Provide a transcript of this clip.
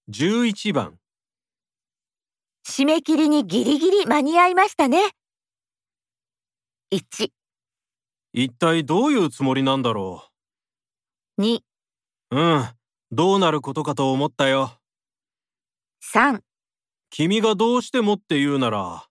11番。 締め切りにギリギリ間に合いましたね。1、 一体どういうつもりなんだろ 2、 う。どうなることかと思ったよ。 3 君がどうしてもって言うなら。